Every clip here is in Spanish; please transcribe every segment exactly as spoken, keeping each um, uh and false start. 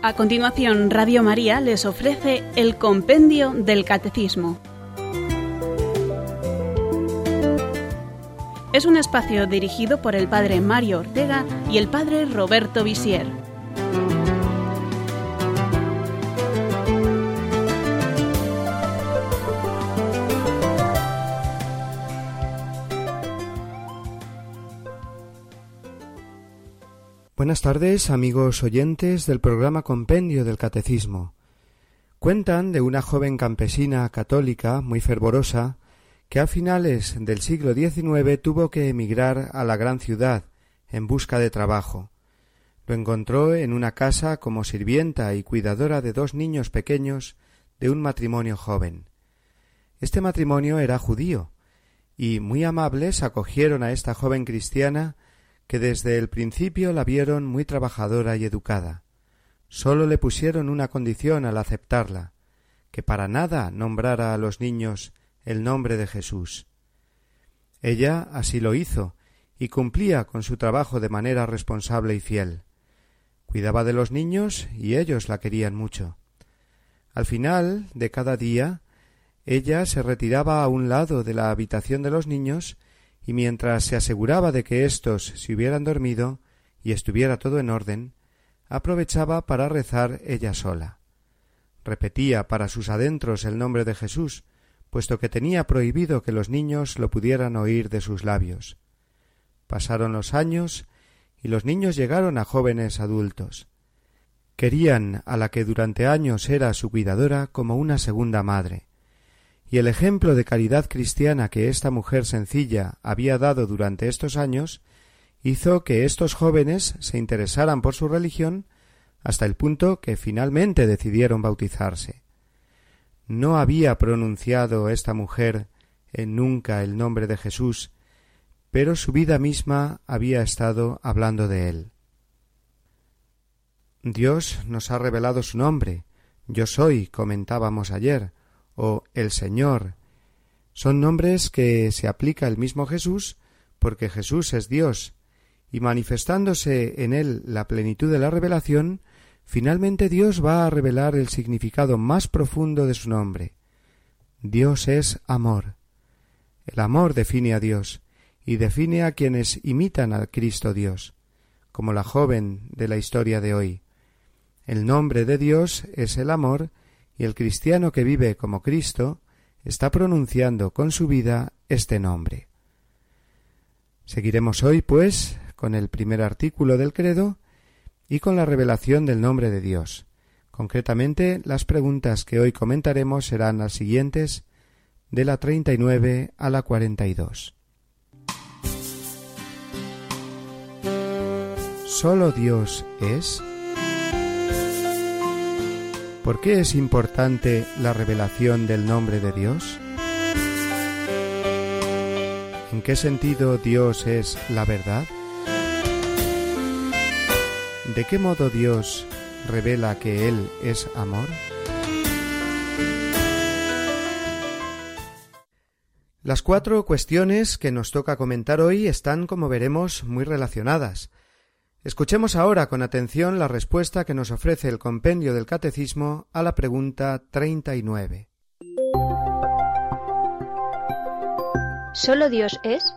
A continuación, Radio María les ofrece el Compendio del Catecismo. Es un espacio dirigido por el Padre Mario Ortega y el Padre Roberto Visier. Buenas tardes, amigos oyentes del programa Compendio del Catecismo. Cuentan de una joven campesina católica muy fervorosa que a finales del siglo diecinueve tuvo que emigrar a la gran ciudad en busca de trabajo. Lo encontró en una casa como sirvienta y cuidadora de dos niños pequeños de un matrimonio joven. Este matrimonio era judío y muy amables acogieron a esta joven cristiana que desde el principio la vieron muy trabajadora y educada. Sólo le pusieron una condición al aceptarla, que para nada nombrara a los niños el nombre de Jesús. Ella así lo hizo, y cumplía con su trabajo de manera responsable y fiel. Cuidaba de los niños y ellos la querían mucho. Al final de cada día, ella se retiraba a un lado de la habitación de los niños y mientras se aseguraba de que éstos se hubieran dormido y estuviera todo en orden, aprovechaba para rezar ella sola. Repetía para sus adentros el nombre de Jesús, puesto que tenía prohibido que los niños lo pudieran oír de sus labios. Pasaron los años y los niños llegaron a jóvenes adultos. Querían a la que durante años era su cuidadora como una segunda madre. Y el ejemplo de caridad cristiana que esta mujer sencilla había dado durante estos años hizo que estos jóvenes se interesaran por su religión hasta el punto que finalmente decidieron bautizarse. No había pronunciado esta mujer en nunca el nombre de Jesús, pero su vida misma había estado hablando de él. Dios nos ha revelado su nombre. Yo soy, comentábamos ayer, o el Señor. Son nombres que se aplica el mismo Jesús porque Jesús es Dios, y manifestándose en él la plenitud de la revelación, finalmente Dios va a revelar el significado más profundo de su nombre. Dios es amor. El amor define a Dios, y define a quienes imitan al Cristo Dios, como la joven de la historia de hoy. El nombre de Dios es el amor, y el cristiano que vive como Cristo está pronunciando con su vida este nombre. Seguiremos hoy, pues, con el primer artículo del credo y con la revelación del nombre de Dios. Concretamente, las preguntas que hoy comentaremos serán las siguientes, de la treinta y nueve a la cuarenta y dos. ¿Sólo Dios es? ¿Por qué es importante la revelación del nombre de Dios? ¿En qué sentido Dios es la verdad? ¿De qué modo Dios revela que Él es amor? Las cuatro cuestiones que nos toca comentar hoy están, como veremos, muy relacionadas. Escuchemos ahora con atención la respuesta que nos ofrece el Compendio del Catecismo a la pregunta treinta y nueve. ¿Solo Dios es?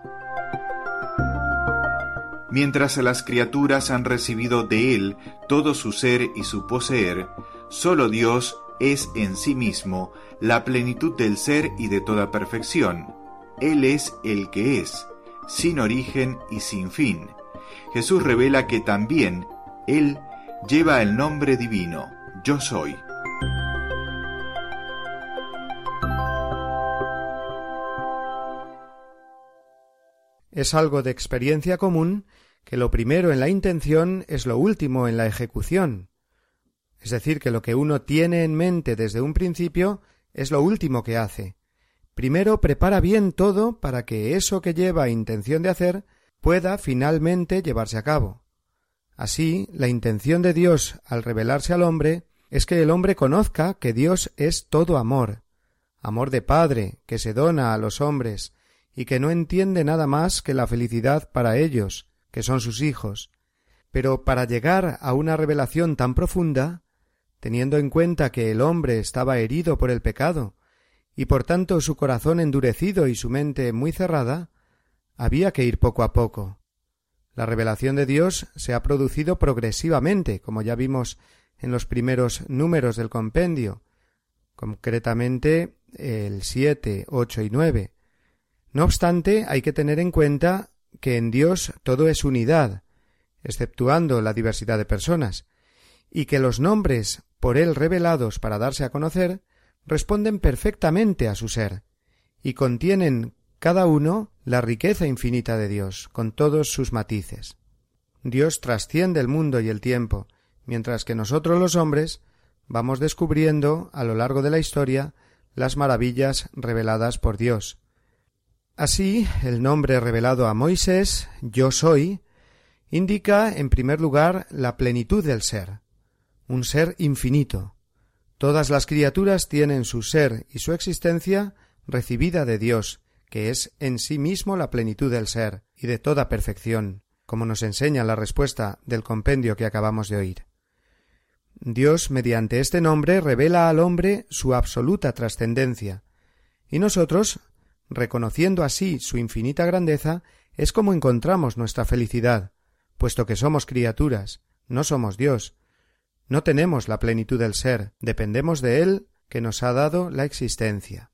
Mientras las criaturas han recibido de Él todo su ser y su poseer, solo Dios es en sí mismo la plenitud del ser y de toda perfección. Él es el que es, sin origen y sin fin. Jesús revela que también Él lleva el nombre divino, Yo soy. Es algo de experiencia común que lo primero en la intención es lo último en la ejecución. Es decir, que lo que uno tiene en mente desde un principio es lo último que hace. Primero prepara bien todo para que eso que lleva intención de hacer pueda finalmente llevarse a cabo. Así, la intención de Dios al revelarse al hombre es que el hombre conozca que Dios es todo amor, amor de Padre que se dona a los hombres y que no entiende nada más que la felicidad para ellos, que son sus hijos. Pero para llegar a una revelación tan profunda, teniendo en cuenta que el hombre estaba herido por el pecado, y por tanto su corazón endurecido y su mente muy cerrada, había que ir poco a poco. La revelación de Dios se ha producido progresivamente, como ya vimos en los primeros números del compendio, concretamente el siete, ocho y nueve. No obstante, hay que tener en cuenta que en Dios todo es unidad, exceptuando la diversidad de personas, y que los nombres por Él revelados para darse a conocer responden perfectamente a su ser, y contienen cada uno la riqueza infinita de Dios, con todos sus matices. Dios trasciende el mundo y el tiempo, mientras que nosotros los hombres vamos descubriendo a lo largo de la historia las maravillas reveladas por Dios. Así, el nombre revelado a Moisés, Yo soy, indica, en primer lugar, la plenitud del ser, un ser infinito. Todas las criaturas tienen su ser y su existencia recibida de Dios, que es en sí mismo la plenitud del ser y de toda perfección, como nos enseña la respuesta del compendio que acabamos de oír. Dios, mediante este nombre, revela al hombre su absoluta trascendencia, y nosotros, reconociendo así su infinita grandeza, es como encontramos nuestra felicidad, puesto que somos criaturas, no somos Dios, no tenemos la plenitud del ser, dependemos de Él, que nos ha dado la existencia.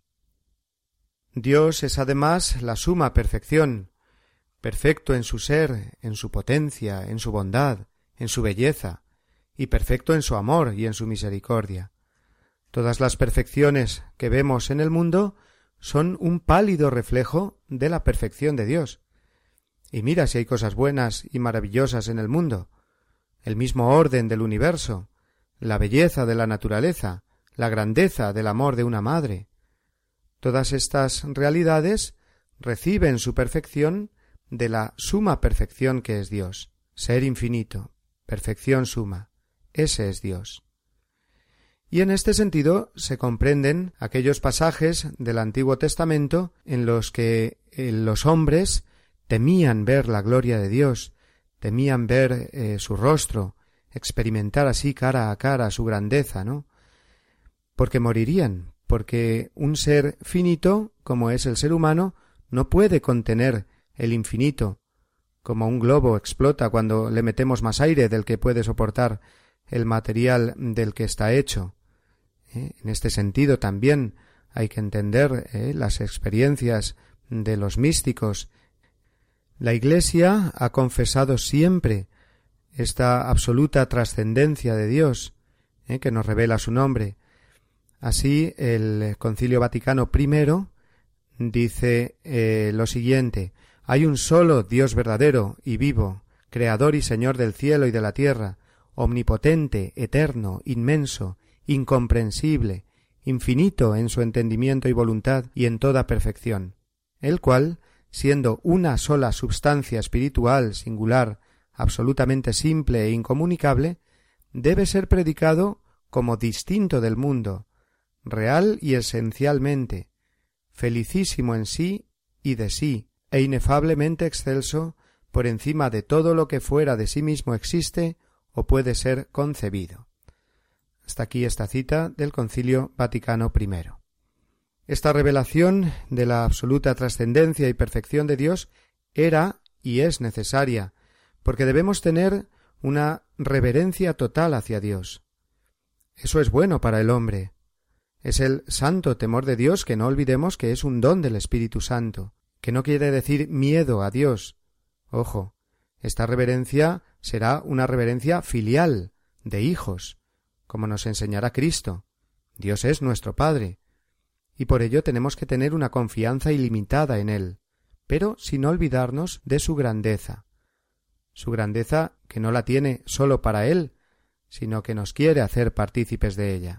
Dios es además la suma perfección, perfecto en su ser, en su potencia, en su bondad, en su belleza, y perfecto en su amor y en su misericordia. Todas las perfecciones que vemos en el mundo son un pálido reflejo de la perfección de Dios. Y mira si hay cosas buenas y maravillosas en el mundo, el mismo orden del universo, la belleza de la naturaleza, la grandeza del amor de una madre. Todas estas realidades reciben su perfección de la suma perfección que es Dios, ser infinito, perfección suma. Ese es Dios. Y en este sentido se comprenden aquellos pasajes del Antiguo Testamento en los que eh, los hombres temían ver la gloria de Dios, temían ver eh, su rostro, experimentar así cara a cara su grandeza, ¿no? Porque morirían, porque un ser finito, como es el ser humano, no puede contener el infinito, como un globo explota cuando le metemos más aire del que puede soportar el material del que está hecho. ¿Eh? En este sentido también hay que entender ¿eh? las experiencias de los místicos. La Iglesia ha confesado siempre esta absoluta trascendencia de Dios, ¿eh? que nos revela su nombre. Así, el Concilio Vaticano primero dice eh, lo siguiente: hay un solo Dios verdadero y vivo, Creador y Señor del cielo y de la tierra, omnipotente, eterno, inmenso, incomprensible, infinito en su entendimiento y voluntad y en toda perfección, el cual, siendo una sola substancia espiritual singular, absolutamente simple e incomunicable, debe ser predicado como distinto del mundo, real y esencialmente, felicísimo en sí y de sí, e inefablemente excelso por encima de todo lo que fuera de sí mismo existe o puede ser concebido. Hasta aquí esta cita del Concilio Vaticano primero. Esta revelación de la absoluta trascendencia y perfección de Dios era y es necesaria, porque debemos tener una reverencia total hacia Dios. Eso es bueno para el hombre. Es el santo temor de Dios, que no olvidemos que es un don del Espíritu Santo, que no quiere decir miedo a Dios. Ojo, esta reverencia será una reverencia filial, de hijos, como nos enseñará Cristo. Dios es nuestro Padre, y por ello tenemos que tener una confianza ilimitada en Él, pero sin olvidarnos de su grandeza. Su grandeza que no la tiene sólo para Él, sino que nos quiere hacer partícipes de ella.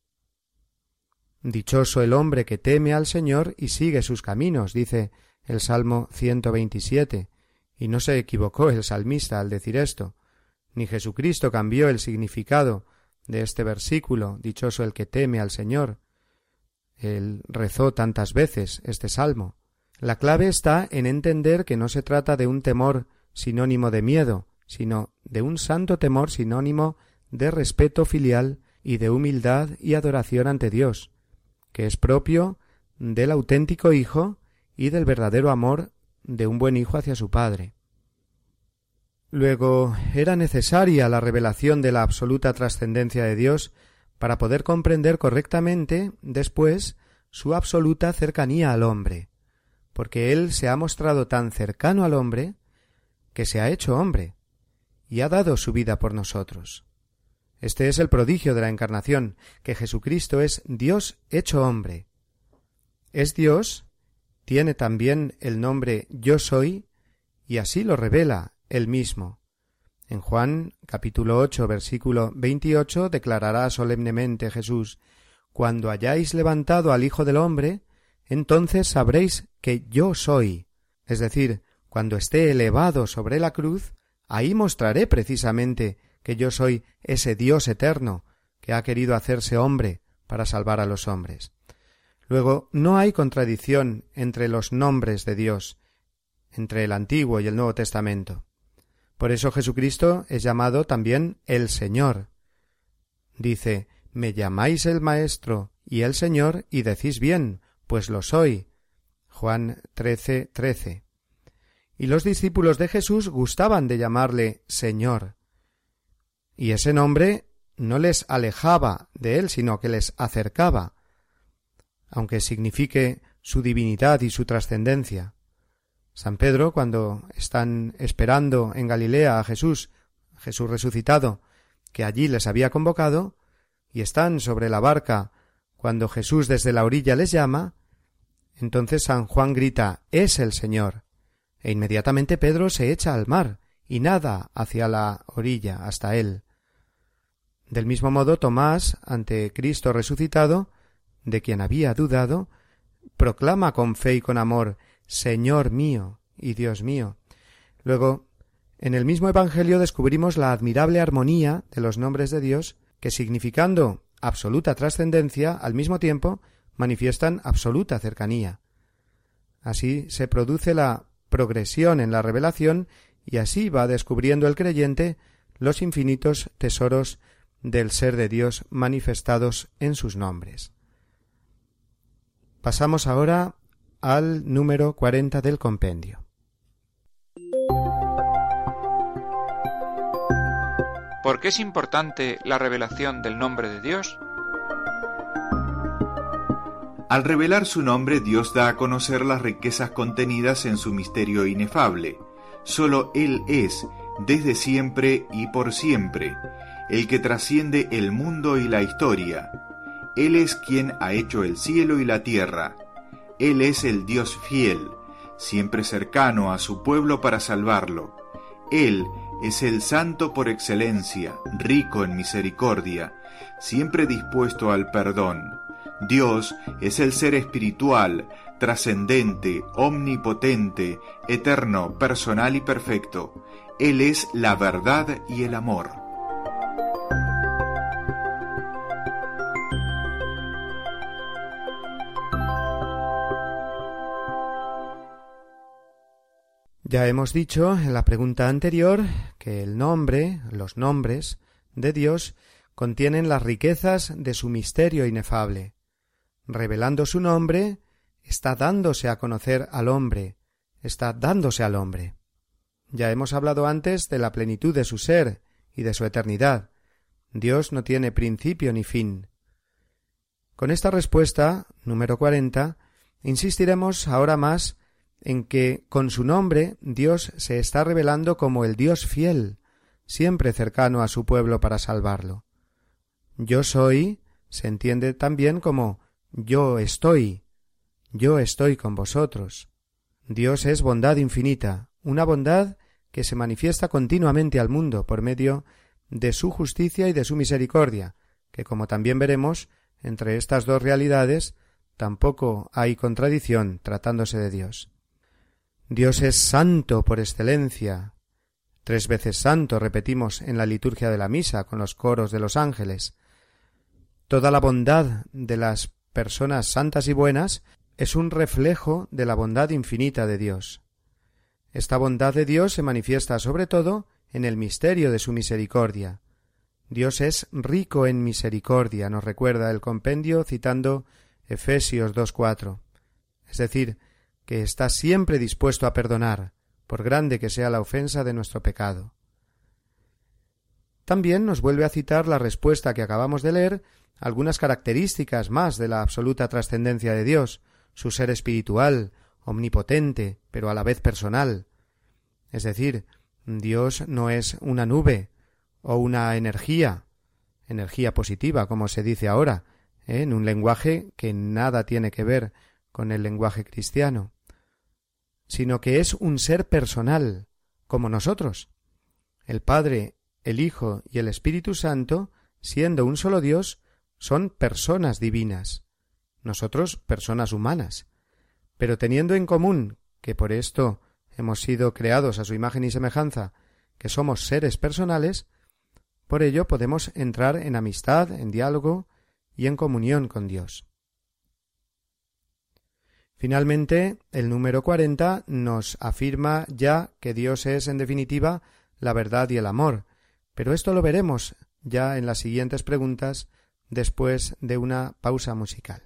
Dichoso el hombre que teme al Señor y sigue sus caminos, dice el Salmo ciento veintisiete, y no se equivocó el salmista al decir esto, ni Jesucristo cambió el significado de este versículo, dichoso el que teme al Señor. Él rezó tantas veces este salmo. La clave está en entender que no se trata de un temor sinónimo de miedo, sino de un santo temor sinónimo de respeto filial y de humildad y adoración ante Dios, que es propio del auténtico Hijo y del verdadero amor de un buen hijo hacia su Padre. Luego, era necesaria la revelación de la absoluta trascendencia de Dios para poder comprender correctamente, después, su absoluta cercanía al hombre, porque Él se ha mostrado tan cercano al hombre que se ha hecho hombre y ha dado su vida por nosotros. Este es el prodigio de la Encarnación, que Jesucristo es Dios hecho hombre. Es Dios, tiene también el nombre Yo Soy, y así lo revela Él mismo. En Juan capítulo ocho, versículo veintiocho, declarará solemnemente Jesús: «Cuando hayáis levantado al Hijo del Hombre, entonces sabréis que yo soy». Es decir, cuando esté elevado sobre la cruz, ahí mostraré precisamente que yo soy ese Dios eterno que ha querido hacerse hombre para salvar a los hombres. Luego, no hay contradicción entre los nombres de Dios, entre el Antiguo y el Nuevo Testamento. Por eso Jesucristo es llamado también el Señor. Dice: «Me llamáis el Maestro y el Señor, y decís bien, pues lo soy». Juan trece, trece. Y los discípulos de Jesús gustaban de llamarle Señor. Y ese nombre no les alejaba de él, sino que les acercaba, aunque signifique su divinidad y su trascendencia. San Pedro, cuando están esperando en Galilea a Jesús, Jesús resucitado, que allí les había convocado, y están sobre la barca cuando Jesús desde la orilla les llama, entonces San Juan grita: «Es el Señor», e inmediatamente Pedro se echa al mar y nada hacia la orilla hasta él. Del mismo modo, Tomás, ante Cristo resucitado, de quien había dudado, proclama con fe y con amor: «Señor mío y Dios mío». Luego, en el mismo Evangelio descubrimos la admirable armonía de los nombres de Dios, que significando absoluta trascendencia, al mismo tiempo manifiestan absoluta cercanía. Así se produce la progresión en la revelación, y así va descubriendo el creyente los infinitos tesoros del ser de Dios manifestados en sus nombres. Pasamos ahora al número cuarenta del compendio. ¿Por qué es importante la revelación del nombre de Dios? Al revelar su nombre, Dios da a conocer las riquezas contenidas en su misterio inefable. Solo Él es, desde siempre y por siempre, el que trasciende el mundo y la historia. Él es quien ha hecho el cielo y la tierra. Él es el Dios fiel, siempre cercano a su pueblo para salvarlo. Él es el santo por excelencia, rico en misericordia, siempre dispuesto al perdón. Dios es el ser espiritual, trascendente, omnipotente, eterno, personal y perfecto. Él es la verdad y el amor. Ya hemos dicho en la pregunta anterior que el nombre, los nombres de Dios contienen las riquezas de su misterio inefable. Revelando su nombre, está dándose a conocer al hombre, está dándose al hombre. Ya hemos hablado antes de la plenitud de su ser y de su eternidad. Dios no tiene principio ni fin. Con esta respuesta, número cuarenta, insistiremos ahora más en que con su nombre Dios se está revelando como el Dios fiel, siempre cercano a su pueblo para salvarlo. Yo soy se entiende también como yo estoy, yo estoy con vosotros. Dios es bondad infinita, una bondad que se manifiesta continuamente al mundo por medio de su justicia y de su misericordia, que como también veremos, entre estas dos realidades tampoco hay contradicción tratándose de Dios. Dios es santo por excelencia. Tres veces santo repetimos en la liturgia de la misa con los coros de los ángeles. Toda la bondad de las personas santas y buenas es un reflejo de la bondad infinita de Dios. Esta bondad de Dios se manifiesta sobre todo en el misterio de su misericordia. Dios es rico en misericordia, nos recuerda el compendio citando Efesios dos cuatro. Es decir, que está siempre dispuesto a perdonar, por grande que sea la ofensa de nuestro pecado. También nos vuelve a citar la respuesta que acabamos de leer, algunas características más de la absoluta trascendencia de Dios, su ser espiritual, omnipotente, pero a la vez personal. Es decir, Dios no es una nube o una energía, energía positiva, como se dice ahora, ¿eh? en un lenguaje que nada tiene que ver con el lenguaje cristiano, sino que es un ser personal, como nosotros. El Padre, el Hijo y el Espíritu Santo, siendo un solo Dios, son personas divinas, nosotros personas humanas, pero teniendo en común que por esto hemos sido creados a su imagen y semejanza, que somos seres personales, por ello podemos entrar en amistad, en diálogo y en comunión con Dios. Finalmente, el número cuarenta nos afirma ya que Dios es, en definitiva, la verdad y el amor, pero esto lo veremos ya en las siguientes preguntas después de una pausa musical.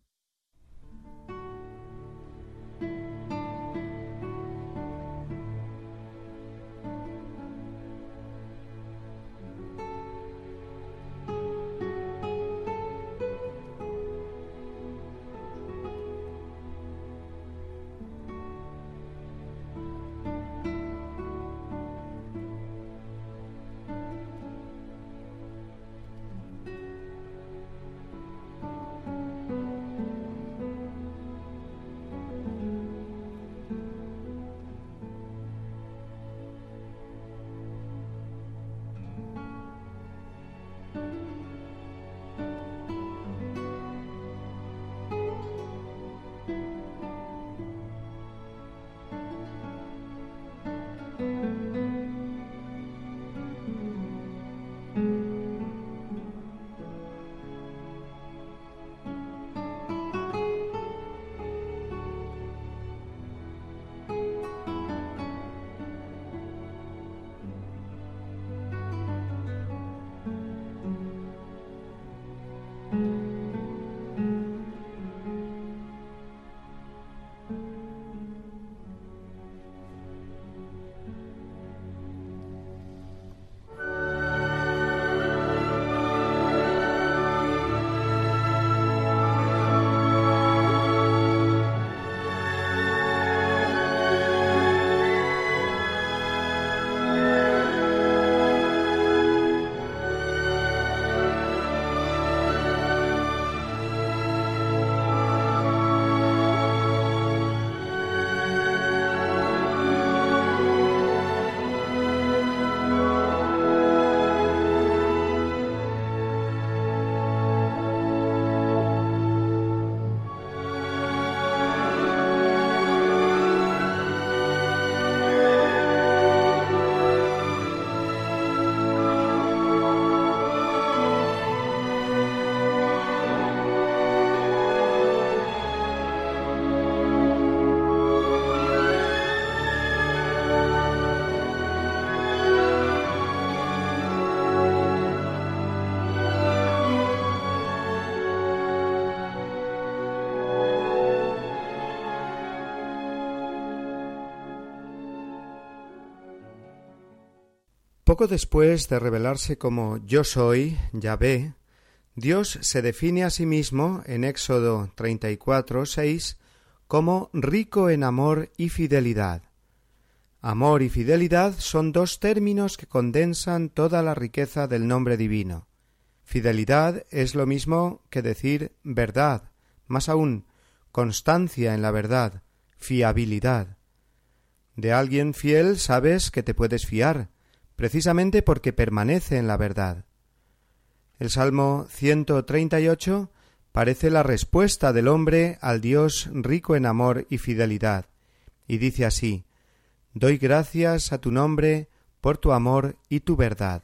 Poco después de revelarse como Yo soy, Yahvé, Dios se define a sí mismo en Éxodo treinta y cuatro, seis como rico en amor y fidelidad. Amor y fidelidad son dos términos que condensan toda la riqueza del nombre divino. Fidelidad es lo mismo que decir verdad, más aún, constancia en la verdad, fiabilidad. De alguien fiel sabes que te puedes fiar, precisamente porque permanece en la verdad. El Salmo ciento treinta y ocho parece la respuesta del hombre al Dios rico en amor y fidelidad, y dice así: Doy gracias a tu nombre por tu amor y tu verdad.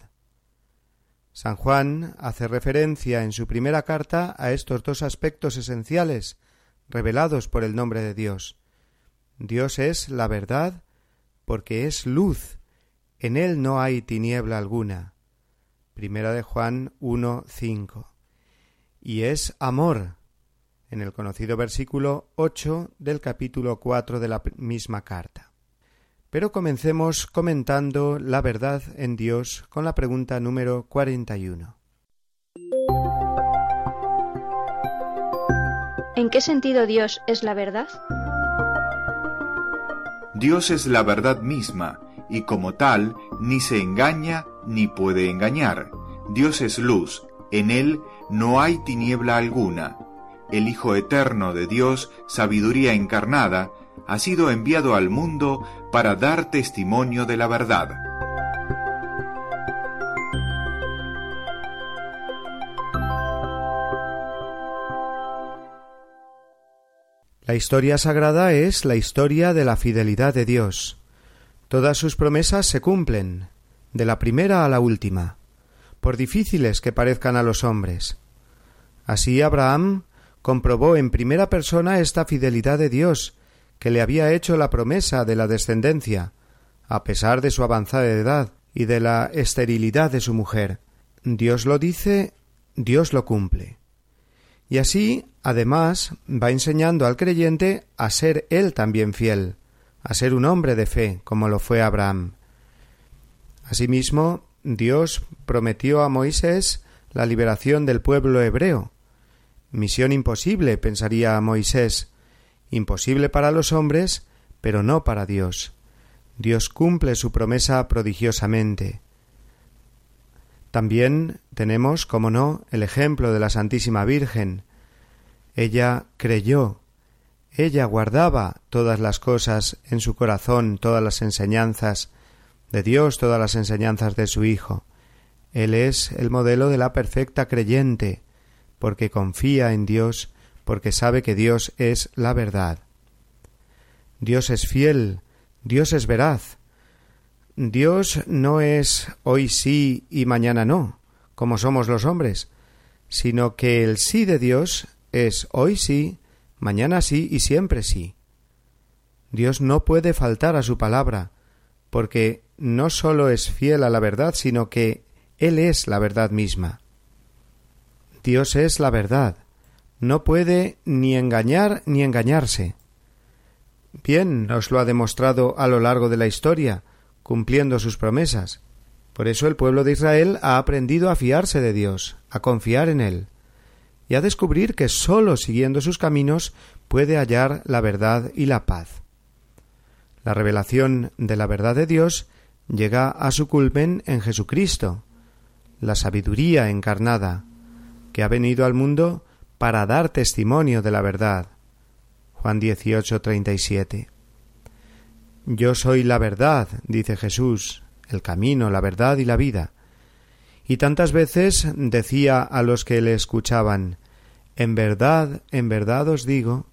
San Juan hace referencia en su primera carta a estos dos aspectos esenciales revelados por el nombre de Dios. Dios es la verdad porque es luz, en él no hay tiniebla alguna. Primera de Juan uno cinco. Y es amor, en el conocido versículo ocho del capítulo cuatro de la misma carta. Pero comencemos comentando la verdad en Dios con la pregunta número cuarenta y uno. ¿En qué sentido Dios es la verdad? Dios es la verdad misma, y como tal, ni se engaña ni puede engañar. Dios es luz, en Él no hay tiniebla alguna. El Hijo eterno de Dios, sabiduría encarnada, ha sido enviado al mundo para dar testimonio de la verdad. La historia sagrada es la historia de la fidelidad de Dios. Todas sus promesas se cumplen, de la primera a la última, por difíciles que parezcan a los hombres. Así Abraham comprobó en primera persona esta fidelidad de Dios, que le había hecho la promesa de la descendencia, a pesar de su avanzada edad y de la esterilidad de su mujer. Dios lo dice, Dios lo cumple. Y así, además, va enseñando al creyente a ser él también fiel, a ser un hombre de fe, como lo fue Abraham. Asimismo, Dios prometió a Moisés la liberación del pueblo hebreo. Misión imposible, pensaría Moisés, imposible para los hombres, pero no para Dios. Dios cumple su promesa prodigiosamente. También tenemos, como no, el ejemplo de la Santísima Virgen. Ella creyó, ella guardaba todas las cosas en su corazón, todas las enseñanzas de Dios, todas las enseñanzas de su Hijo. Él es el modelo de la perfecta creyente, porque confía en Dios, porque sabe que Dios es la verdad. Dios es fiel, Dios es veraz. Dios no es hoy sí y mañana no, como somos los hombres, sino que el sí de Dios es hoy sí, mañana sí y siempre sí. Dios no puede faltar a su palabra, porque no sólo es fiel a la verdad, sino que Él es la verdad misma. Dios es la verdad, no puede ni engañar ni engañarse. Bien nos lo ha demostrado a lo largo de la historia, cumpliendo sus promesas. Por eso el pueblo de Israel ha aprendido a fiarse de Dios, a confiar en Él, y a descubrir que sólo siguiendo sus caminos puede hallar la verdad y la paz. La revelación de la verdad de Dios llega a su culmen en Jesucristo, la sabiduría encarnada, que ha venido al mundo para dar testimonio de la verdad. Juan dieciocho, treinta y siete. Yo soy la verdad, dice Jesús, el camino, la verdad y la vida. Y tantas veces decía a los que le escuchaban, en verdad, en verdad os digo.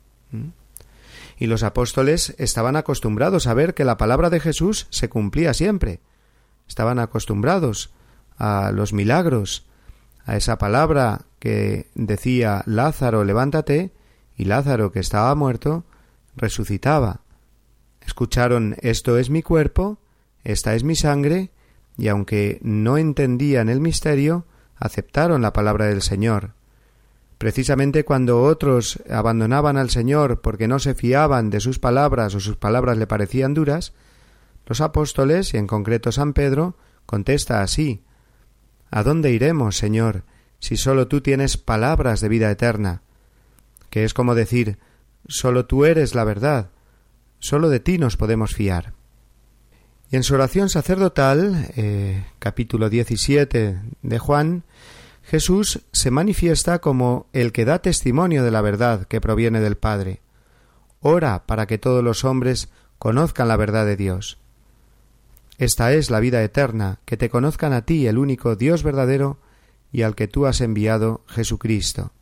Y los apóstoles estaban acostumbrados a ver que la palabra de Jesús se cumplía siempre. Estaban acostumbrados a los milagros, a esa palabra que decía Lázaro, levántate, y Lázaro, que estaba muerto, resucitaba. Escucharon, esto es mi cuerpo, esta es mi sangre, y aunque no entendían el misterio, aceptaron la palabra del Señor. Precisamente cuando otros abandonaban al Señor porque no se fiaban de sus palabras o sus palabras le parecían duras, los apóstoles, y en concreto San Pedro, contesta así: ¿A dónde iremos, Señor, si sólo tú tienes palabras de vida eterna? Que es como decir, sólo tú eres la verdad, sólo de ti nos podemos fiar. Y en su oración sacerdotal, eh, capítulo diecisiete de Juan, Jesús se manifiesta como el que da testimonio de la verdad que proviene del Padre. Ora para que todos los hombres conozcan la verdad de Dios. Esta es la vida eterna, que te conozcan a ti, el único Dios verdadero, y al que tú has enviado, Jesucristo.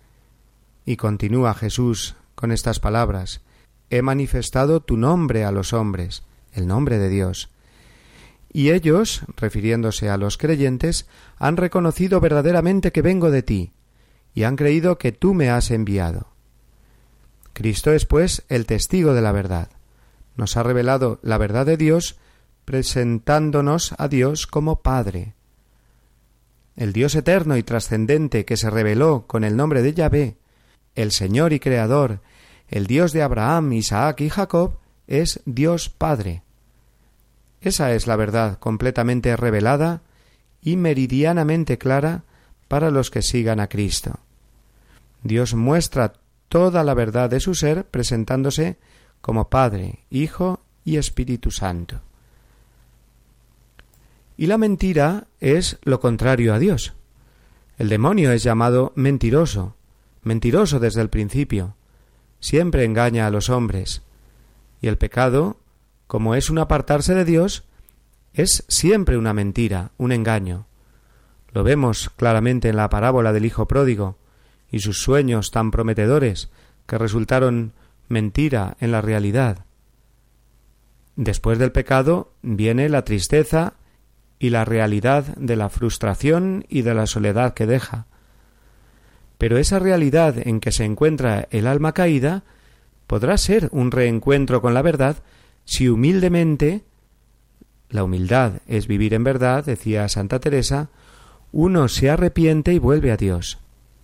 Y continúa Jesús con estas palabras: he manifestado tu nombre a los hombres, el nombre de Dios. Y ellos, refiriéndose a los creyentes, han reconocido verdaderamente que vengo de ti, y han creído que tú me has enviado. Cristo es, pues, el testigo de la verdad. Nos ha revelado la verdad de Dios, presentándonos a Dios como Padre. el Dios eterno y trascendente que se reveló con el nombre de Yahvé, el Señor y Creador, el Dios de Abraham, Isaac y Jacob, es Dios Padre. Esa es la verdad completamente revelada y meridianamente clara para los que sigan a Cristo. Dios muestra toda la verdad de su ser presentándose como Padre, Hijo y Espíritu Santo. Y la mentira es lo contrario a Dios. El demonio es llamado mentiroso, mentiroso desde el principio. Siempre engaña a los hombres. Y el pecado, como es un apartarse de Dios, es siempre una mentira, un engaño. Lo vemos claramente en la parábola del hijo pródigo y sus sueños tan prometedores que resultaron mentira en la realidad. Después del pecado viene la tristeza y la realidad de la frustración y de la soledad que deja. Pero esa realidad en que se encuentra el alma caída podrá ser un reencuentro con la verdad si humildemente, la humildad es vivir en verdad, decía Santa Teresa, uno se arrepiente y vuelve a Dios.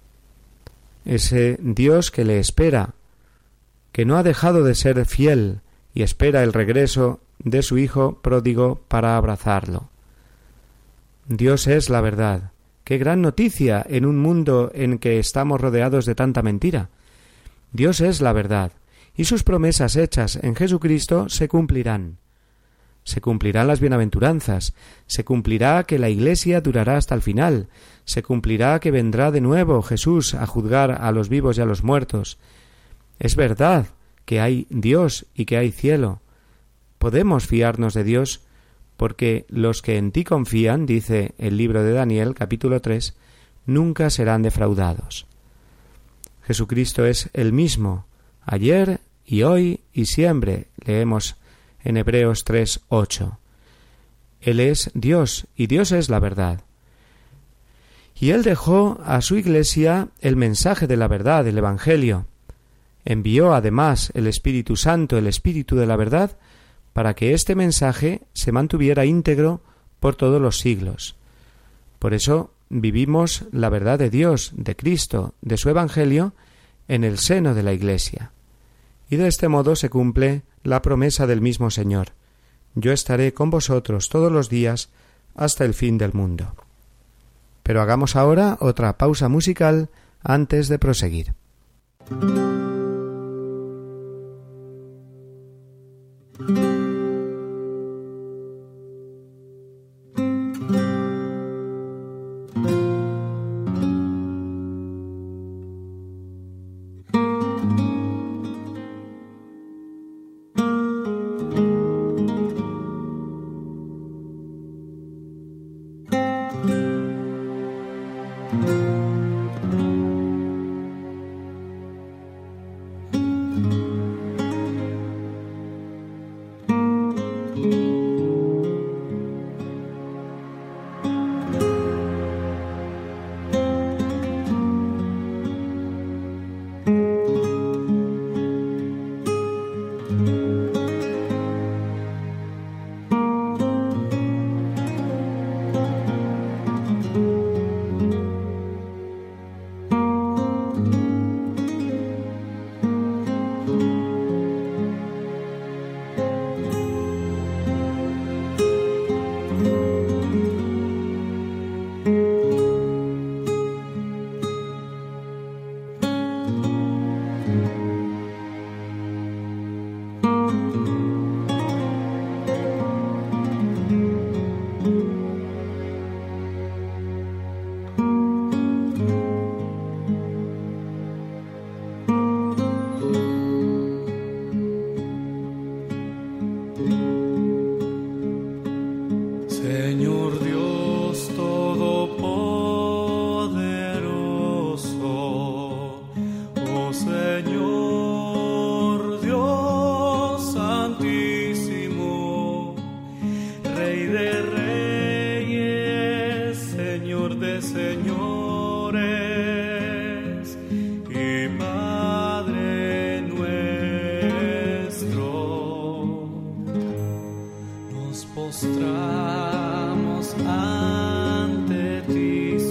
Ese Dios que le espera, que no ha dejado de ser fiel y espera el regreso de su hijo pródigo para abrazarlo. Dios es la verdad. ¡Qué gran noticia en un mundo en que estamos rodeados de tanta mentira! Dios es la verdad, y sus promesas hechas en Jesucristo se cumplirán. Se cumplirán las bienaventuranzas, se cumplirá que la Iglesia durará hasta el final, se cumplirá que vendrá de nuevo Jesús a juzgar a los vivos y a los muertos. Es verdad que hay Dios y que hay cielo. Podemos fiarnos de Dios porque los que en ti confían, dice el libro de Daniel, capítulo tres, nunca serán defraudados. Jesucristo es el mismo, ayer y hoy y siempre, leemos en Hebreos tres, ocho. Él es Dios, y Dios es la verdad. Y Él dejó a su Iglesia el mensaje de la verdad, el Evangelio. Envió además el Espíritu Santo, el Espíritu de la verdad, para que este mensaje se mantuviera íntegro por todos los siglos. Por eso vivimos la verdad de Dios, de Cristo, de su Evangelio, en el seno de la Iglesia. Y de este modo se cumple la promesa del mismo Señor: yo estaré con vosotros todos los días hasta el fin del mundo. Pero hagamos ahora otra pausa musical antes de proseguir. Postramos ante ti.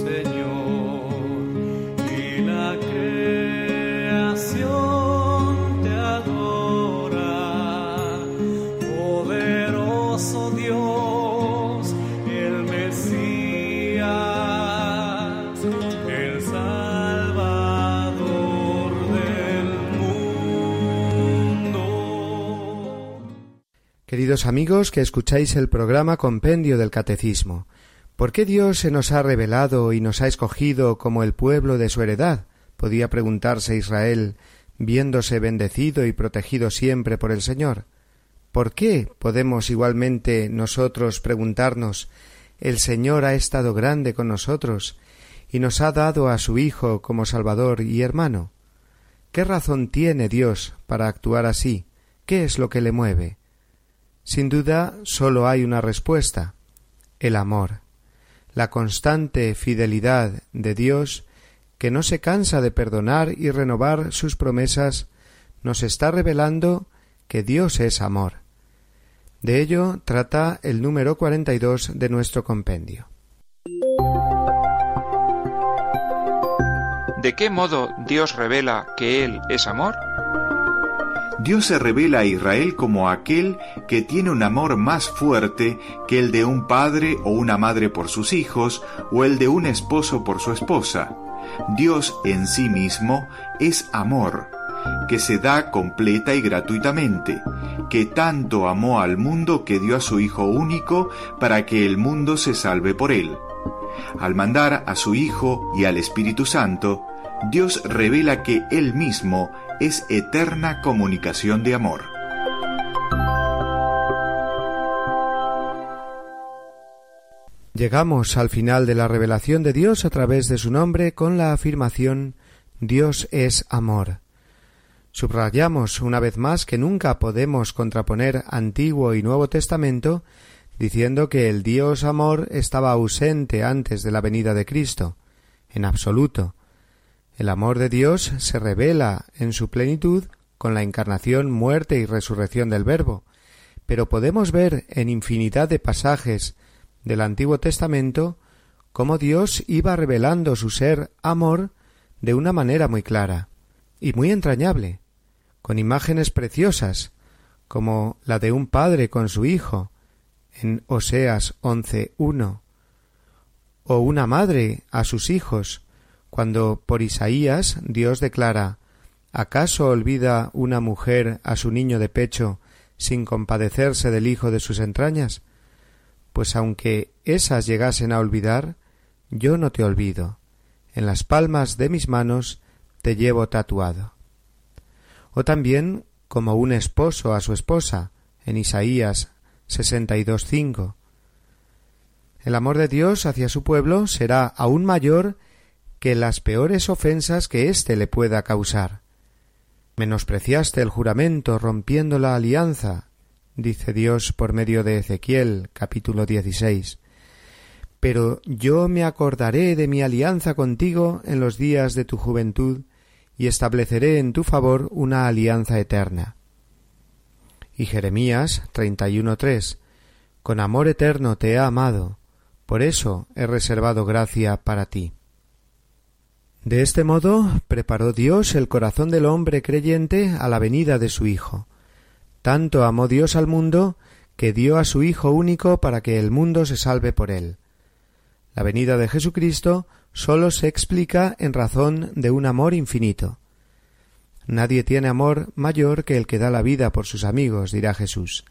Queridos amigos que escucháis el programa Compendio del Catecismo, ¿por qué Dios se nos ha revelado y nos ha escogido como el pueblo de su heredad? Podía preguntarse Israel, viéndose bendecido y protegido siempre por el Señor. ¿Por qué podemos igualmente nosotros preguntarnos, el Señor ha estado grande con nosotros y nos ha dado a su Hijo como Salvador y hermano? ¿Qué razón tiene Dios para actuar así? ¿Qué es lo que le mueve? Sin duda, sólo hay una respuesta: el amor, la constante fidelidad de Dios, que no se cansa de perdonar y renovar sus promesas, nos está revelando que Dios es amor. De ello trata el número cuarenta y dos de nuestro compendio. ¿De qué modo Dios revela que Él es amor? Dios se revela a Israel como aquel que tiene un amor más fuerte que el de un padre o una madre por sus hijos, o el de un esposo por su esposa. Dios en sí mismo es amor, que se da completa y gratuitamente, que tanto amó al mundo que dio a su Hijo único para que el mundo se salve por él. Al mandar a su Hijo y al Espíritu Santo, Dios revela que Él mismo es eterna comunicación de amor. Llegamos al final de la revelación de Dios a través de su nombre con la afirmación Dios es amor. Subrayamos una vez más que nunca podemos contraponer Antiguo y Nuevo Testamento diciendo que el Dios amor estaba ausente antes de la venida de Cristo. En absoluto. El amor de Dios se revela en su plenitud con la encarnación, muerte y resurrección del Verbo, pero podemos ver en infinidad de pasajes del Antiguo Testamento cómo Dios iba revelando su ser amor de una manera muy clara y muy entrañable, con imágenes preciosas, como la de un padre con su hijo, en Oseas once uno, o una madre a sus hijos, cuando por Isaías Dios declara: ¿acaso olvida una mujer a su niño de pecho sin compadecerse del hijo de sus entrañas? Pues aunque ésas llegasen a olvidar, yo no te olvido. En las palmas de mis manos te llevo tatuado. O también como un esposo a su esposa, en Isaías sesenta y dos cinco. El amor de Dios hacia su pueblo será aún mayor que las peores ofensas que éste le pueda causar. Menospreciaste el juramento rompiendo la alianza, dice Dios por medio de Ezequiel, capítulo dieciséis. Pero yo me acordaré de mi alianza contigo en los días de tu juventud y estableceré en tu favor una alianza eterna. Y Jeremías treinta y uno tres. Con amor eterno te he amado, por eso he reservado gracia para ti. De este modo preparó Dios el corazón del hombre creyente a la venida de su Hijo. Tanto amó Dios al mundo que dio a su Hijo único para que el mundo se salve por él. La venida de Jesucristo sólo se explica en razón de un amor infinito. Nadie tiene amor mayor que el que da la vida por sus amigos, dirá Jesús.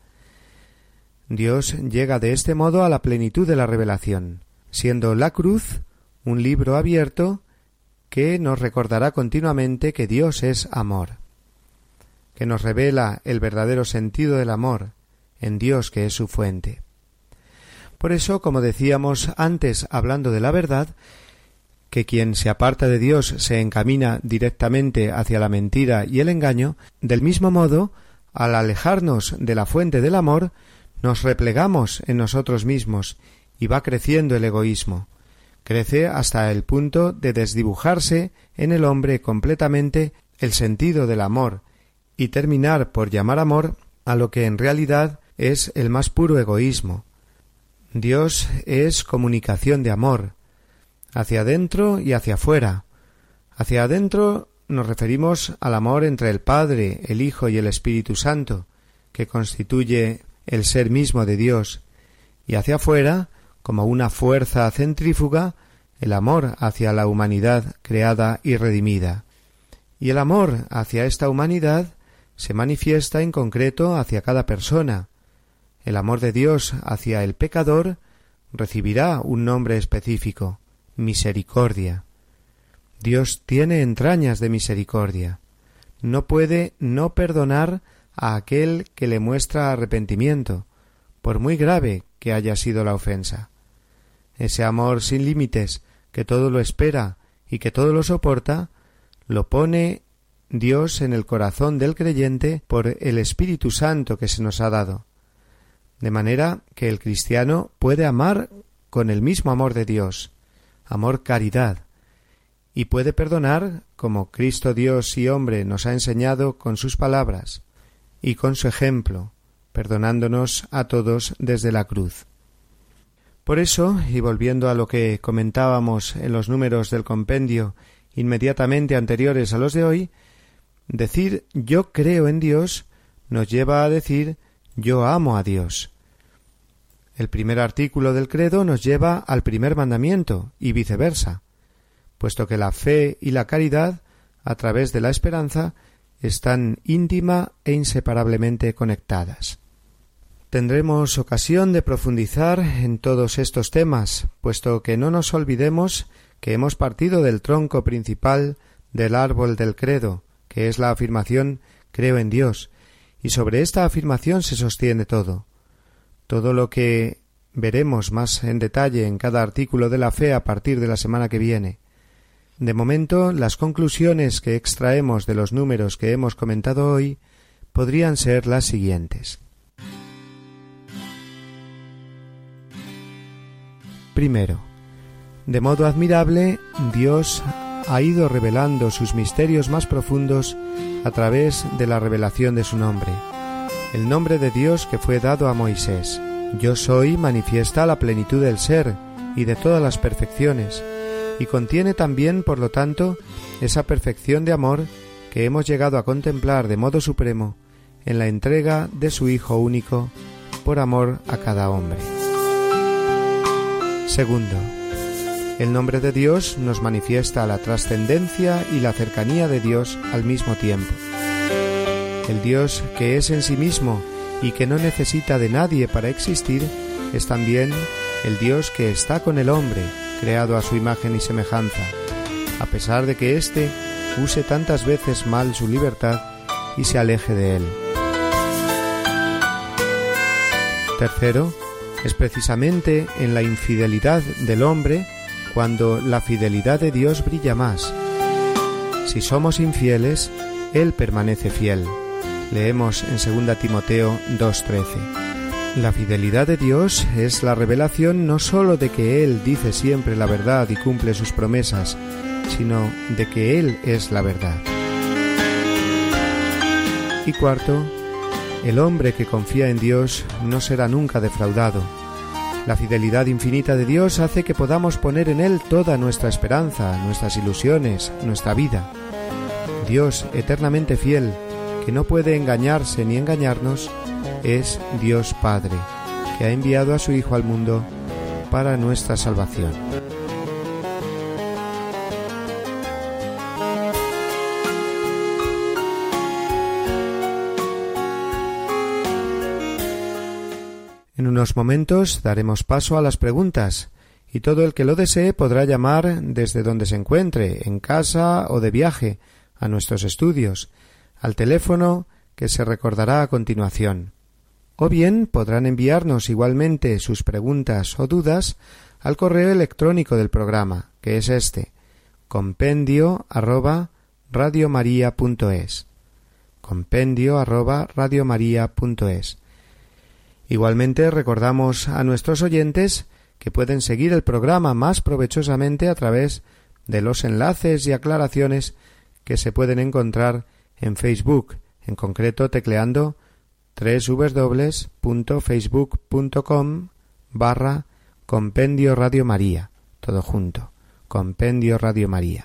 Dios llega de este modo a la plenitud de la revelación, siendo la cruz un libro abierto que nos recordará continuamente que Dios es amor, que nos revela el verdadero sentido del amor en Dios que es su fuente. Por eso, como decíamos antes hablando de la verdad, que quien se aparta de Dios se encamina directamente hacia la mentira y el engaño, del mismo modo, al alejarnos de la fuente del amor, nos replegamos en nosotros mismos y va creciendo el egoísmo. Crece hasta el punto de desdibujarse en el hombre completamente el sentido del amor y terminar por llamar amor a lo que en realidad es el más puro egoísmo. Dios es comunicación de amor, hacia adentro y hacia afuera. Hacia adentro nos referimos al amor entre el Padre, el Hijo y el Espíritu Santo, que constituye el ser mismo de Dios, y hacia afuera, como una fuerza centrífuga, el amor hacia la humanidad creada y redimida. Y el amor hacia esta humanidad se manifiesta en concreto hacia cada persona, el amor de Dios hacia el pecador recibirá un nombre específico: misericordia. Dios tiene entrañas de misericordia. No puede no perdonar a aquel que le muestra arrepentimiento, por muy grave que haya sido la ofensa. Ese amor sin límites, que todo lo espera y que todo lo soporta, lo pone Dios en el corazón del creyente por el Espíritu Santo que se nos ha dado, de manera que el cristiano puede amar con el mismo amor de Dios, amor caridad, y puede perdonar como Cristo Dios y hombre nos ha enseñado con sus palabras y con su ejemplo, perdonándonos a todos desde la cruz. Por eso, y volviendo a lo que comentábamos en los números del compendio inmediatamente anteriores a los de hoy, decir yo creo en Dios nos lleva a decir yo amo a Dios. El primer artículo del credo nos lleva al primer mandamiento y viceversa, puesto que la fe y la caridad, a través de la esperanza, están íntima e inseparablemente conectadas. Tendremos ocasión de profundizar en todos estos temas, puesto que no nos olvidemos que hemos partido del tronco principal del árbol del credo, que es la afirmación creo en Dios, y sobre esta afirmación se sostiene todo. Todo lo que veremos más en detalle en cada artículo de la fe a partir de la semana que viene. De momento, las conclusiones que extraemos de los números que hemos comentado hoy podrían ser las siguientes. Primero, de modo admirable, Dios ha ido revelando sus misterios más profundos a través de la revelación de su nombre. El nombre de Dios que fue dado a Moisés. Yo soy manifiesta la plenitud del ser y de todas las perfecciones, y contiene también, por lo tanto, esa perfección de amor que hemos llegado a contemplar de modo supremo en la entrega de su Hijo único por amor a cada hombre. Segundo, el nombre de Dios nos manifiesta la trascendencia y la cercanía de Dios al mismo tiempo. El Dios que es en sí mismo y que no necesita de nadie para existir es también el Dios que está con el hombre, creado a su imagen y semejanza, a pesar de que éste use tantas veces mal su libertad y se aleje de él. Tercero, es precisamente en la infidelidad del hombre cuando la fidelidad de Dios brilla más. Si somos infieles, Él permanece fiel. Leemos en segunda Timoteo dos trece. La fidelidad de Dios es la revelación no sólo de que Él dice siempre la verdad y cumple sus promesas, sino de que Él es la verdad. Y cuarto, el hombre que confía en Dios no será nunca defraudado. La fidelidad infinita de Dios hace que podamos poner en Él toda nuestra esperanza, nuestras ilusiones, nuestra vida. Dios eternamente fiel, que no puede engañarse ni engañarnos, es Dios Padre, que ha enviado a su Hijo al mundo para nuestra salvación. En unos momentos daremos paso a las preguntas, y todo el que lo desee podrá llamar desde donde se encuentre, en casa o de viaje, a nuestros estudios, al teléfono que se recordará a continuación. O bien podrán enviarnos igualmente sus preguntas o dudas al correo electrónico del programa, que es este, compendio arroba radiomaria punto es. compendio arroba radiomaria punto es. Igualmente recordamos a nuestros oyentes que pueden seguir el programa más provechosamente a través de los enlaces y aclaraciones que se pueden encontrar en Facebook, en concreto tecleando doble u doble u doble u punto facebook punto com barra compendio Radio María, todo junto, compendio Radio María.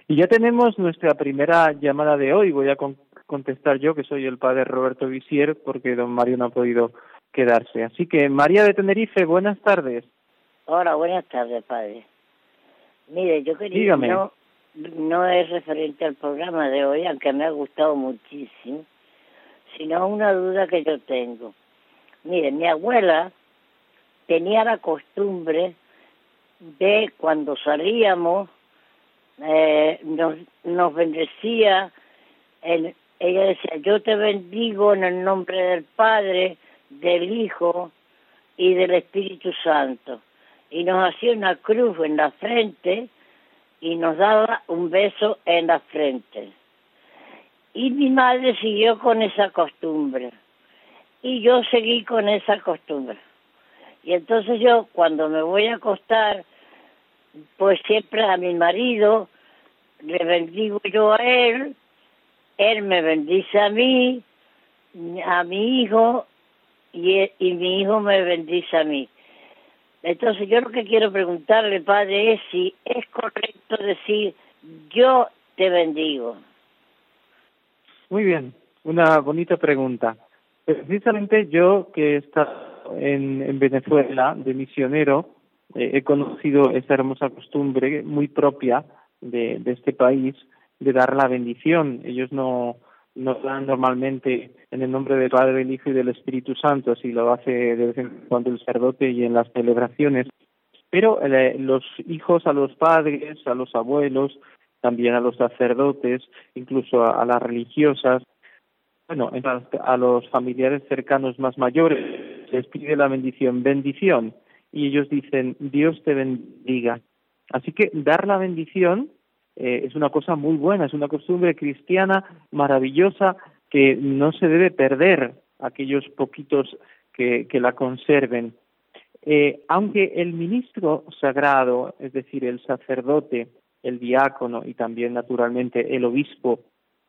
Y ya tenemos nuestra primera llamada de hoy. Voy a con- contestar yo, que soy el padre Roberto Visier, porque don Mario no ha podido quedarse. Así que, María de Tenerife, buenas tardes. Hola, buenas tardes, padre. Mire, yo quería... Dígame. No, no es referente al programa de hoy, aunque me ha gustado muchísimo, sino una duda que yo tengo. Mire, mi abuela tenía la costumbre de cuando salíamos, eh, nos, nos bendecía, en, ella decía, yo te bendigo en el nombre del Padre, del Hijo y del Espíritu Santo. Y nos hacía una cruz en la frente y nos daba un beso en la frente. Y mi madre siguió con esa costumbre. Y yo seguí con esa costumbre. Y entonces yo, cuando me voy a acostar, pues siempre a mi marido le bendigo yo a él, él me bendice a mí, a mi hijo, y, y mi hijo me bendice a mí. Entonces yo lo que quiero preguntarle, padre, es si es correcto decir yo te bendigo. Muy bien, una bonita pregunta. Precisamente yo, que he estado en, en Venezuela de misionero, eh, he conocido esa hermosa costumbre muy propia de, de este país de dar la bendición. Ellos no, no dan normalmente en el nombre del Padre, del Hijo y del Espíritu Santo, así lo hace de vez en cuando el sacerdote y en las celebraciones, pero eh, los hijos a los padres, a los abuelos, también a los sacerdotes, incluso a, a las religiosas, bueno, a los familiares cercanos más mayores, les pide la bendición, bendición, y ellos dicen, Dios te bendiga. Así que dar la bendición eh, es una cosa muy buena, es una costumbre cristiana maravillosa que no se debe perder, aquellos poquitos que, que la conserven. Eh, aunque el ministro sagrado, es decir, el sacerdote, el diácono y también naturalmente el obispo,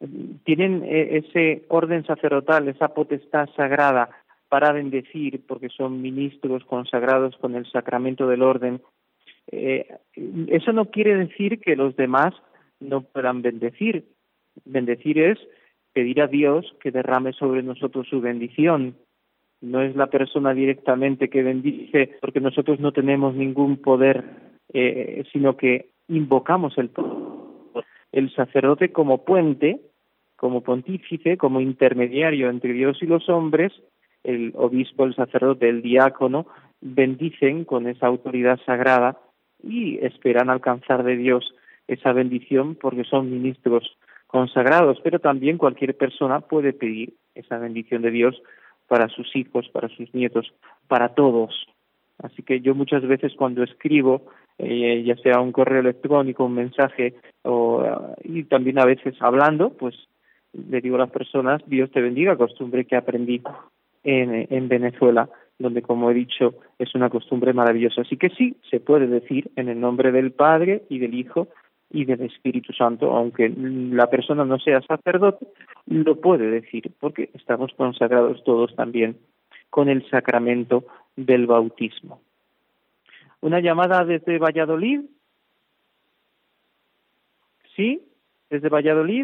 tienen ese orden sacerdotal, esa potestad sagrada para bendecir, porque son ministros consagrados con el sacramento del orden. Eh, eso no quiere decir que los demás no puedan bendecir. Bendecir es pedir a Dios que derrame sobre nosotros su bendición. No es la persona directamente que bendice, porque nosotros no tenemos ningún poder, eh, sino que invocamos el poder. El sacerdote como puente, como pontífice, como intermediario entre Dios y los hombres, el obispo, el sacerdote, el diácono, bendicen con esa autoridad sagrada y esperan alcanzar de Dios esa bendición porque son ministros consagrados, pero también cualquier persona puede pedir esa bendición de Dios para sus hijos, para sus nietos, para todos. Así que yo muchas veces cuando escribo, eh, ya sea un correo electrónico, un mensaje, o, y también a veces hablando, pues le digo a las personas, Dios te bendiga, costumbre que aprendí en, en Venezuela, donde, como he dicho, es una costumbre maravillosa. Así que sí, se puede decir en el nombre del Padre y del Hijo y del Espíritu Santo, aunque la persona no sea sacerdote, lo puede decir, porque estamos consagrados todos también con el sacramento del bautismo. Una llamada desde Valladolid. ¿Sí? ¿Desde Valladolid?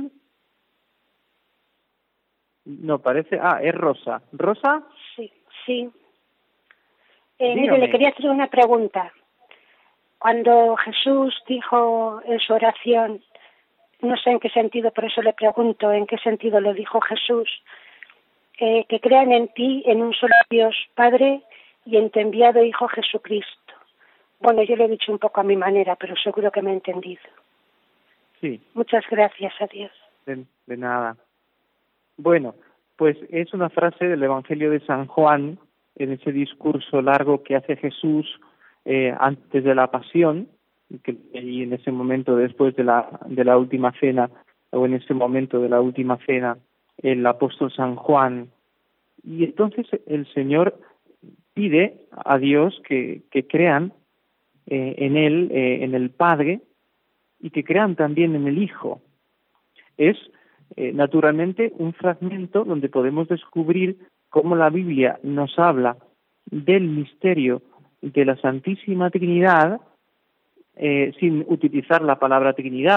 No, parece... Ah, es Rosa. ¿Rosa? Sí, sí. Eh, mire, le quería hacer una pregunta. Cuando Jesús dijo en su oración, no sé en qué sentido, por eso le pregunto en qué sentido lo dijo Jesús, eh, que crean en ti, en un solo Dios Padre y en tu enviado Hijo Jesucristo. Bueno, yo lo he dicho un poco a mi manera, pero seguro que me he entendido. Sí. Muchas gracias a Dios. De, de nada. Bueno, pues es una frase del Evangelio de San Juan, en ese discurso largo que hace Jesús eh, antes de la pasión, que, y en ese momento después de la, de la última cena, o en ese momento de la última cena, el apóstol San Juan. Y entonces el Señor pide a Dios que, que crean eh, en Él, eh, en el Padre, y que crean también en el Hijo. Es eh, naturalmente un fragmento donde podemos descubrir cómo la Biblia nos habla del misterio de la Santísima Trinidad, eh, sin utilizar la palabra Trinidad,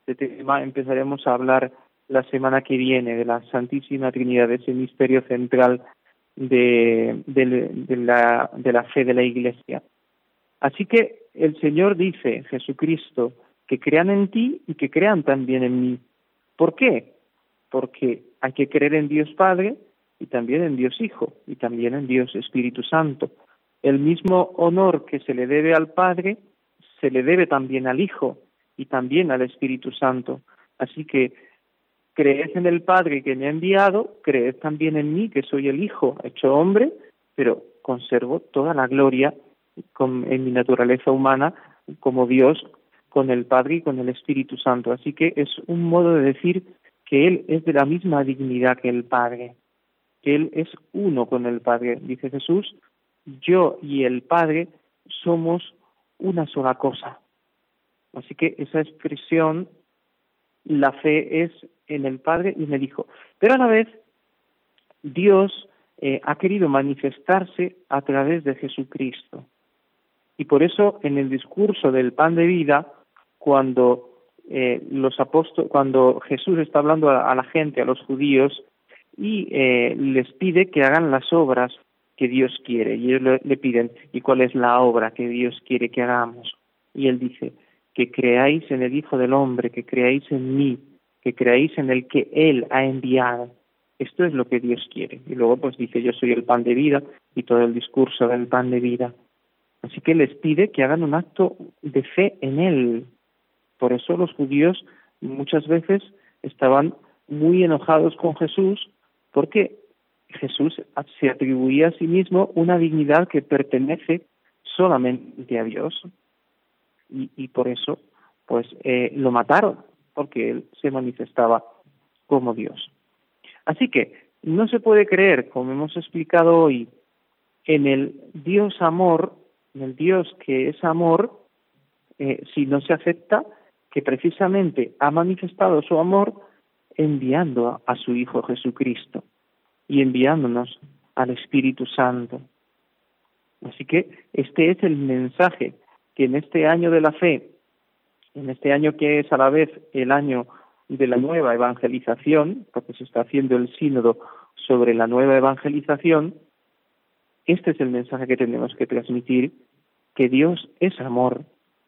este tema empezaremos a hablar la semana que viene de la Santísima Trinidad, de ese misterio central de, de, de, la, de la fe de la Iglesia. Así que el Señor dice, Jesucristo, que crean en ti y que crean también en mí. ¿Por qué? Porque hay que creer en Dios Padre y también en Dios Hijo y también en Dios Espíritu Santo. El mismo honor que se le debe al Padre se le debe también al Hijo y también al Espíritu Santo. Así que creed en el Padre que me ha enviado, creed también en mí, que soy el Hijo hecho hombre, pero conservo toda la gloria con, en mi naturaleza humana como Dios, con el Padre y con el Espíritu Santo. Así que es un modo de decir que Él es de la misma dignidad que el Padre, que Él es uno con el Padre. Dice Jesús, yo y el Padre somos una sola cosa. Así que esa expresión, la fe es en el Padre y en el Hijo. Pero a la vez, Dios eh, ha querido manifestarse a través de Jesucristo. Y por eso, en el discurso del pan de vida, cuando eh, los apóstoles, cuando Jesús está hablando a, a la gente, a los judíos, y eh, les pide que hagan las obras que Dios quiere. Y ellos le, le piden, ¿y cuál es la obra que Dios quiere que hagamos? Y Él dice, que creáis en el Hijo del Hombre, que creáis en mí, que creáis en el que Él ha enviado. Esto es lo que Dios quiere. Y luego pues dice, yo soy el pan de vida, y todo el discurso del pan de vida. Así que les pide que hagan un acto de fe en Él. Por eso los judíos muchas veces estaban muy enojados con Jesús, porque Jesús se atribuía a sí mismo una dignidad que pertenece solamente a Dios. Y, y por eso pues eh, lo mataron, porque Él se manifestaba como Dios. Así que no se puede creer, como hemos explicado hoy, en el Dios amor, en el Dios que es amor, eh, si no se acepta que precisamente ha manifestado su amor enviando a, a su Hijo Jesucristo y enviándonos al Espíritu Santo. Así que este es el mensaje que en este año de la fe, en este año que es a la vez el año de la nueva evangelización, porque se está haciendo el sínodo sobre la nueva evangelización, este es el mensaje que tenemos que transmitir, que Dios es amor,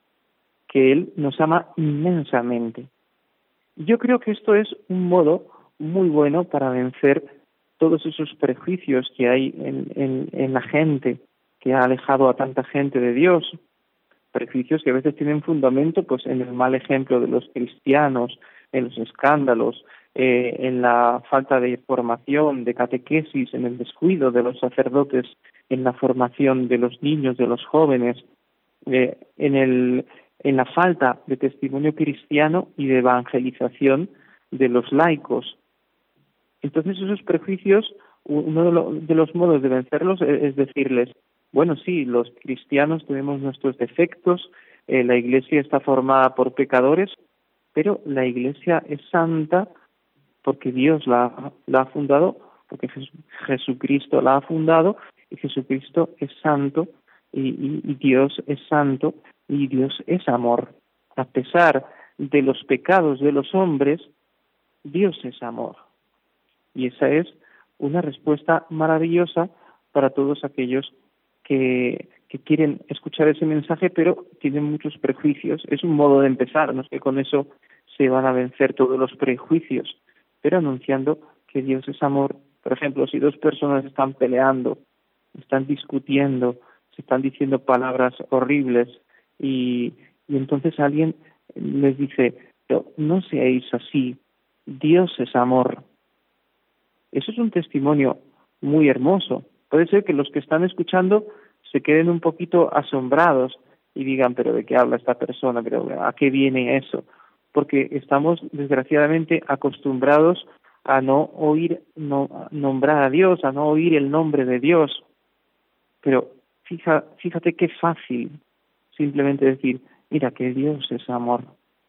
que Él nos ama inmensamente. Yo creo que esto es un modo muy bueno para vencer todos esos prejuicios que hay en, en, en la gente, que ha alejado a tanta gente de Dios, prejuicios que a veces tienen fundamento pues en el mal ejemplo de los cristianos, en los escándalos, eh, en la falta de formación, de catequesis, en el descuido de los sacerdotes, en la formación de los niños, de los jóvenes, eh, en el en la falta de testimonio cristiano y de evangelización de los laicos. Entonces esos prejuicios, uno de, lo, de los modos de vencerlos es, es decirles, bueno, sí, los cristianos tenemos nuestros defectos, eh, la Iglesia está formada por pecadores, pero la Iglesia es santa porque Dios la, la ha fundado, porque Jes, Jesucristo la ha fundado, y Jesucristo es santo, y, y, y Dios es santo, y Dios es amor. A pesar de los pecados de los hombres, Dios es amor. Y esa es una respuesta maravillosa para todos aquellos que, que quieren escuchar ese mensaje, pero tienen muchos prejuicios. Es un modo de empezar, no es que con eso se van a vencer todos los prejuicios, pero anunciando que Dios es amor. Por ejemplo, si dos personas están peleando, están discutiendo, se están diciendo palabras horribles, y, y entonces alguien les dice, pero no seáis así, Dios es amor. Eso es un testimonio muy hermoso. Puede ser que los que están escuchando se queden un poquito asombrados y digan, pero ¿de qué habla esta persona? ¿Pero a qué viene eso? Porque estamos desgraciadamente acostumbrados a no oír no, nombrar a Dios, a no oír el nombre de Dios. Pero fija, fíjate qué fácil simplemente decir, mira, que Dios es amor,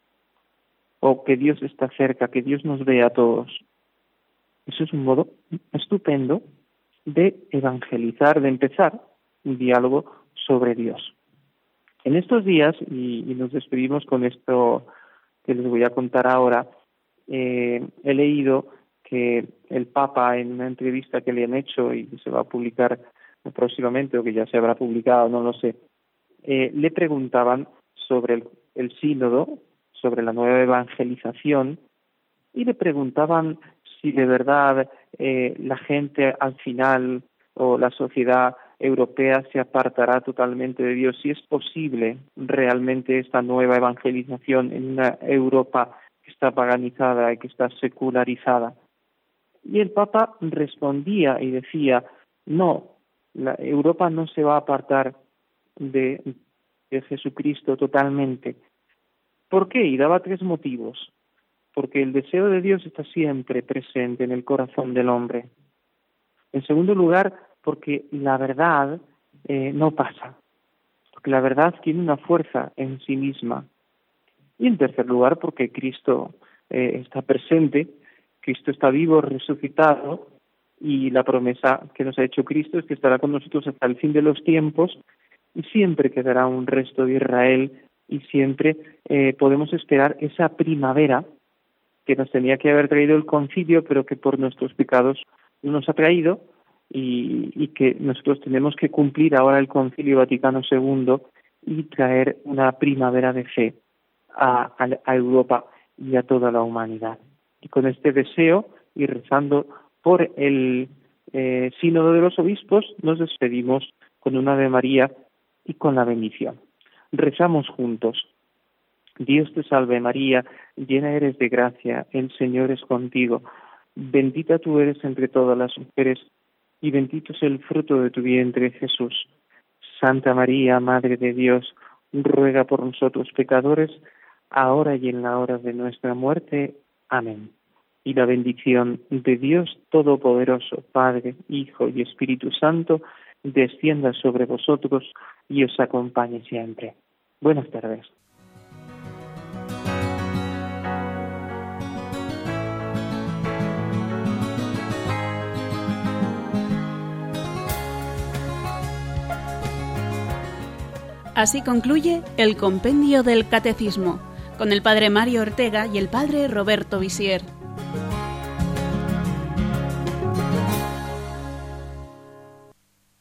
o que Dios está cerca, que Dios nos ve a todos. Eso es un modo estupendo de evangelizar, de empezar un diálogo sobre Dios. En estos días, y, y nos despedimos con esto, que les voy a contar ahora, eh, he leído que el Papa, en una entrevista que le han hecho y que se va a publicar próximamente, o que ya se habrá publicado, no lo sé, eh, le preguntaban sobre el, el sínodo, sobre la nueva evangelización, y le preguntaban si de verdad eh, la gente al final, o la sociedad europea, se apartará totalmente de Dios, si es posible realmente esta nueva evangelización en una Europa que está paganizada y que está secularizada. Y el Papa respondía y decía, no, la Europa no se va a apartar de, de Jesucristo totalmente. ¿Por qué? Y daba tres motivos. Porque el deseo de Dios está siempre presente en el corazón del hombre. En segundo lugar, porque la verdad eh, no pasa. Porque la verdad tiene una fuerza en sí misma. Y en tercer lugar, porque Cristo eh, está presente, Cristo está vivo, resucitado, y la promesa que nos ha hecho Cristo es que estará con nosotros hasta el fin de los tiempos, y siempre quedará un resto de Israel, y siempre eh, podemos esperar esa primavera que nos tenía que haber traído el concilio, pero que por nuestros pecados no nos ha traído, y, y que nosotros tenemos que cumplir ahora el Concilio Vaticano segundo y traer una primavera de fe a, a, a Europa y a toda la humanidad. Y con este deseo, y rezando por el eh, Sínodo de los Obispos, nos despedimos con una Ave María y con la bendición. Rezamos juntos. Dios te salve María, llena eres de gracia, el Señor es contigo. Bendita tú eres entre todas las mujeres, y bendito es el fruto de tu vientre, Jesús. Santa María, Madre de Dios, ruega por nosotros pecadores, ahora y en la hora de nuestra muerte. Amén. Y la bendición de Dios Todopoderoso, Padre, Hijo y Espíritu Santo, descienda sobre vosotros y os acompañe siempre. Buenas tardes. Así concluye el Compendio del Catecismo, con el Padre Mario Ortega y el Padre Roberto Visier.